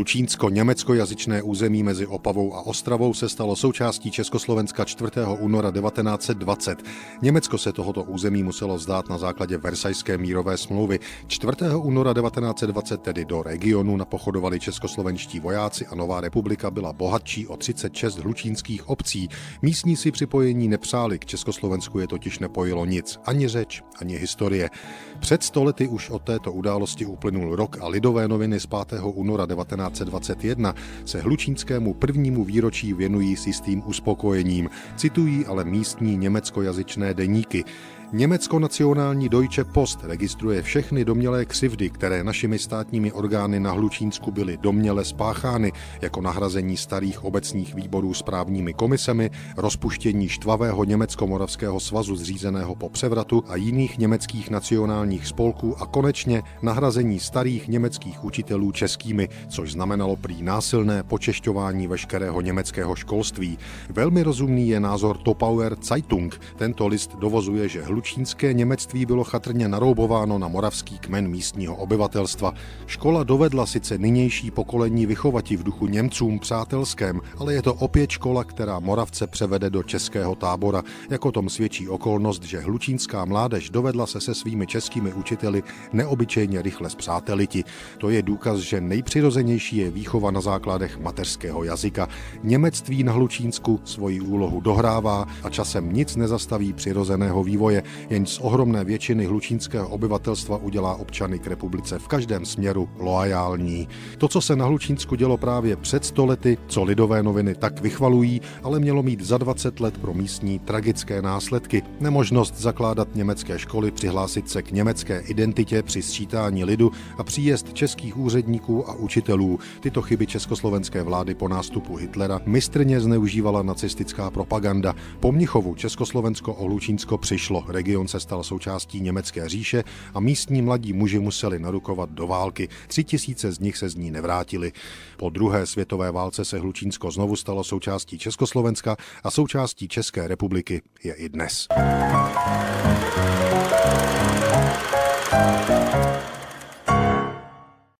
Hlučínsko, německojazyčné území mezi Opavou a Ostravou, se stalo součástí Československa 4. února 1920. Německo se tohoto území muselo vzdát na základě Versajské mírové smlouvy. 4. února 1920 tedy do regionu napochodovali českoslovenští vojáci a Nová republika byla bohatší o 36 hlučínských obcí. Místní si připojení nepřáli, k Československu je totiž nepojilo nic, ani řeč, ani historie. Před 100 lety už od této události uplynul rok a Lidové noviny z 5. února 1921 se hlučínskému prvnímu výročí věnují s jistým uspokojením. Citují ale místní německojazyčné deníky. Německo-nacionální Deutsche Post registruje všechny domnělé křivdy, které našimi státními orgány na Hlučínsku byly domněle spáchány, jako nahrazení starých obecních výborů správními komisemi, rozpuštění štvavého Německo-moravského svazu zřízeného po převratu a jiných německých nacionálních spolků a konečně nahrazení starých německých učitelů českými, což znamenalo prý násilné počešťování veškerého německého školství. Velmi rozumný je názor Topauer Zeitung. Tento list dovozuje, že hlučínské němectví bylo chatrně naroubováno na moravský kmen místního obyvatelstva. Škola dovedla sice nynější pokolení vychovati v duchu Němcům přátelském, ale je to opět škola, která Moravce převede do českého tábora. Jako tom svědčí okolnost, že hlučínská mládež dovedla se svými českými učiteli neobyčejně rychle spřáteliti. To je důkaz, že nejpřirozenější je výchova na základech mateřského jazyka. Němectví na Hlučínsku svoji úlohu dohrává a časem nic nezastaví přirozeného vývoje, jenž z ohromné většiny hlučínského obyvatelstva udělá občany k republice v každém směru loajální. To, co se na Hlučínsku dělo právě před 100 lety, co Lidové noviny tak vychvalují, ale mělo mít za 20 let pro místní tragické následky. Nemožnost zakládat německé školy, přihlásit se k německé identitě při sčítání lidu a příjezd českých úředníků a učitelů. Tyto chyby československé vlády po nástupu Hitlera mistrně zneužívala nacistická propaganda. Po Mnichovu Československo o Hlučínsko přišlo. Region se stal součástí německé říše a místní mladí muži museli narukovat do války. 3000 z nich se z ní nevrátili. Po druhé světové válce se Hlučínsko znovu stalo součástí Československa a součástí České republiky je i dnes.